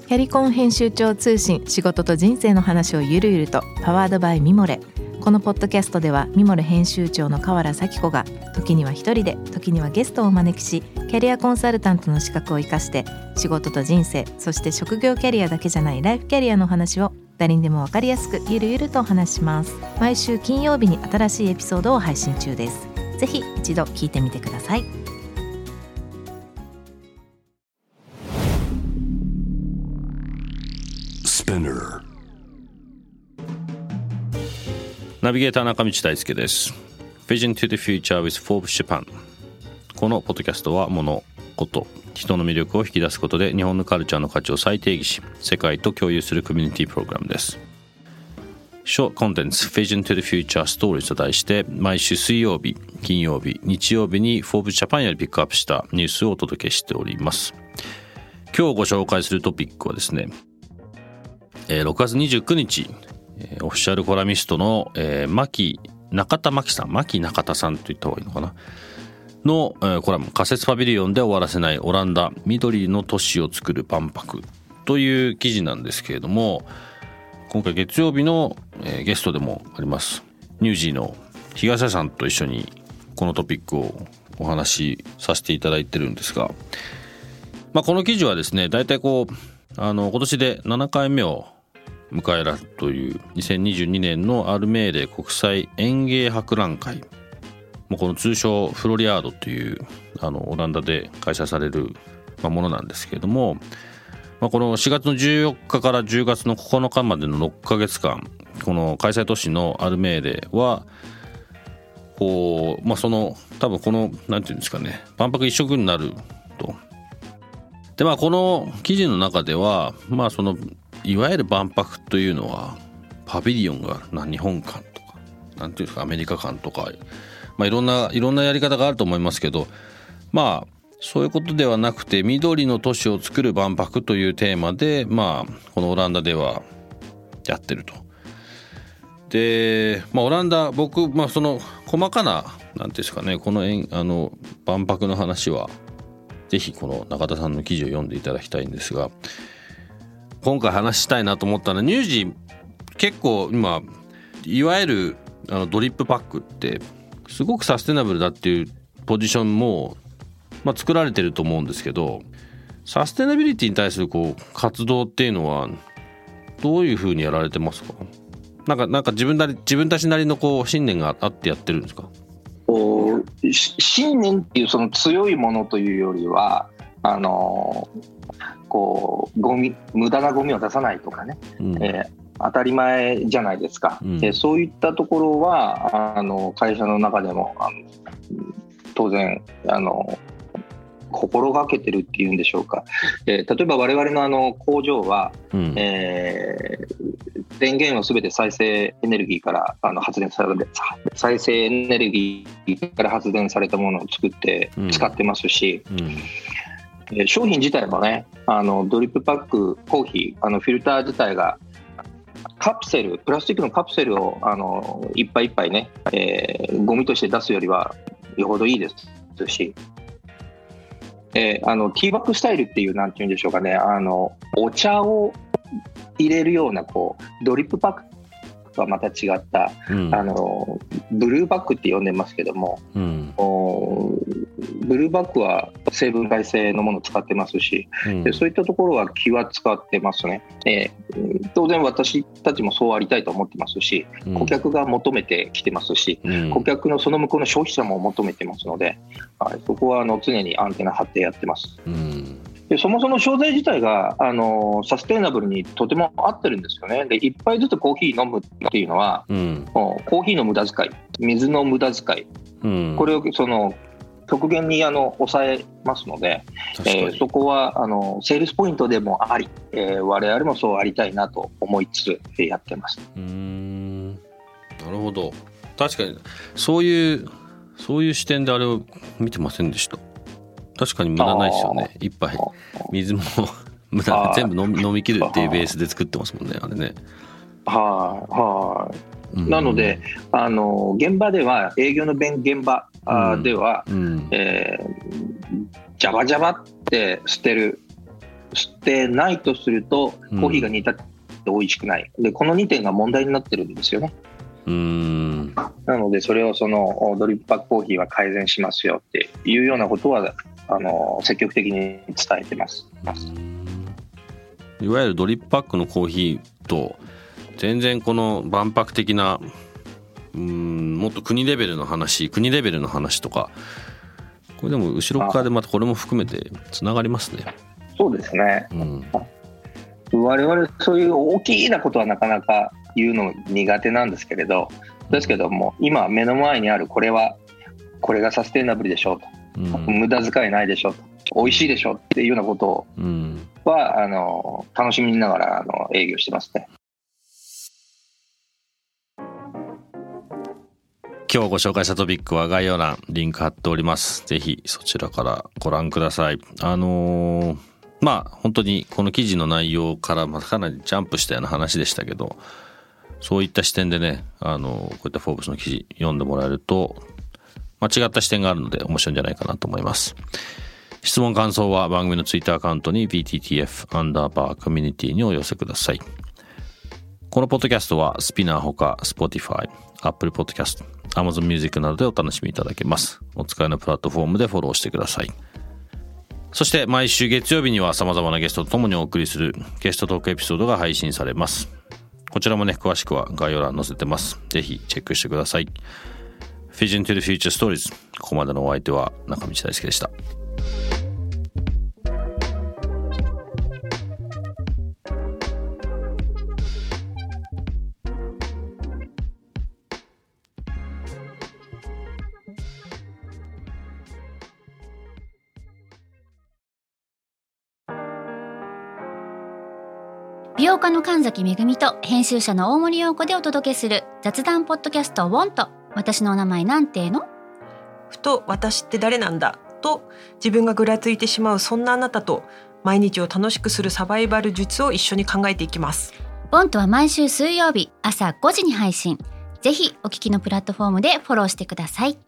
キャリコン編集長通信、仕事と人生の話をゆるゆると、パワードバイミモレ。このポッドキャストではミモレ編集長の河原咲子が時には一人で、時にはゲストをお招きし、キャリアコンサルタントの資格を生かして仕事と人生、そして職業キャリアだけじゃないライフキャリアの話を誰にでも分かりやすくゆるゆるとお話します。毎週金曜日に新しいエピソードを配信中です。ぜひ一度聞いてみてください。 ナビゲーター中道大輔です。 Vision to the Future with Forbes Japan。 このポッドキャストは物、こと、人の魅力を引き出すことで日本のカルチャーの価値を再定義し、世界と共有するコミュニティプログラムです。 Short Contents Vision to the Future Stories と題して、毎週水曜日、金曜日、日曜日に Forbes Japan よりピックアップしたニュースをお届けしております。今日ご紹介するトピックはですね、6月29日、オフィシャルコラミストの、牧中田さんと言った方がいいのかなの、コラム、仮設パビリオンで終わらせないオランダ緑の都市を作る万博という記事なんですけれども、今回月曜日の、ゲストでもありますニュージーの東谷さんと一緒にこのトピックをお話しさせていただいてるんですが、この記事はですね、大体今年で7回目を迎えらという2022年のアルメーレ国際園芸博覧会、この通称フロリアードというオランダで開催されるものなんですけれども、この4月の14日から10月の9日までの6ヶ月間、この開催都市のアルメーレは多分このなんていうんですかね、万博一色になると。でこの記事の中ではいわゆる万博というのはパビリオンが日本館とかなんていうんですか、アメリカ館とか、いろんなやり方があると思いますけど、そういうことではなくて、緑の都市を作る万博というテーマで、このオランダではやってると。で、オランダ、僕、その細かななんていうんですかね、この万博の話はぜひこの中田さんの記事を読んでいただきたいんですが、今回話したいなと思ったのは、ニュージー結構今いわゆるドリップパックってすごくサステナブルだっていうポジションも、作られてると思うんですけど、サステナビリティに対する活動っていうのはどういうふうにやられてますか？なんか自分たちなりの信念があってやってるんですか？ 信念っていうその強いものというよりは、無駄なゴミを出さないとかね、当たり前じゃないですか、そういったところは会社の中でも当然心がけてるっていうんでしょうか。例えば我々の工場は、電源をすべて再生エネルギーから発電されて、再生エネルギーから発電されたものを作って使ってますし、商品自体もね、ドリップパックコーヒー、フィルター自体がプラスチックのカプセルをいっぱいいっぱいね、ゴミとして出すよりはよほどいいですし、ティーバッグスタイルっていう、なんていうんでしょうかね、お茶を入れるようなドリップパックとはまた違った、ブルーバッグって呼んでますけども、ブルーバッグは成分解性のものを使ってますし、そういったところは気は使ってますね。当然私たちもそうありたいと思ってますし、顧客が求めてきてますし、顧客のその向こうの消費者も求めてますので、そこは常にアンテナ張ってやってます。でそもそも商材自体がサステイナブルにとても合ってるんですよね。で一杯ずつコーヒー飲むっていうのは、コーヒーの無駄遣い、水の無駄遣い、これを極限に抑えますので、そこはセールスポイントでもあり、我々もそうありたいなと思いつつやってます。 なるほど。確かにそういう視点であれを見てませんでした。確かに無駄ないですよね。一杯水も無駄全部飲み切るっていうベースで作ってますもんね、あれね。 なので現場では、営業の現場では、ジャバジャバって捨てるしてないとするとコーヒーが煮立って美味しくない、でこの2点が問題になってるんですよね。なのでそれをそのドリップパックコーヒーは改善しますよっていうようなことは積極的に伝えてます。 いわゆるドリップパックのコーヒーと全然この万博的なもっと国レベルの話とか、これでも後ろ側でまたこれも含めてつながりますね。 そうですね、我々そういう大きなことはなかなか言うの苦手なんですけれど、ですけども今目の前にあるこれがサステイナブルでしょうと、無駄遣いないでしょうと、美味しいでしょうっていうようなことは、楽しみながら営業してますね。 今日ご紹介したトピックは概要欄リンク貼っております。ぜひそちらからご覧ください。本当にこの記事の内容からかなりジャンプしたような話でしたけど、そういった視点でね、こういったフォーブスの記事読んでもらえると違った視点があるので面白いんじゃないかなと思います。質問感想は番組のツイッターアカウントに VTTF_community にお寄せください。このポッドキャストはスピナーほか Spotify、Apple Podcast、Amazon Music などでお楽しみいただけます。お使いのプラットフォームでフォローしてください。そして毎週月曜日には様々なゲストと共にお送りするゲストトークエピソードが配信されます。こちらもね、詳しくは概要欄に載せてます。ぜひチェックしてください。Vision to the Future Stories。ここまでのお相手は中道大輔でした。 美容家の神崎めぐみと編集者の大森洋子でお届けする雑談ポッドキャストWANT。私のお名前なんての？ ふと私って誰なんだと自分がぐらついてしまう、そんなあなたと毎日を楽しくするサバイバル術を一緒に考えていきます。 WANTは毎週水曜日朝5時に配信。ぜひお聞きのプラットフォームでフォローしてください。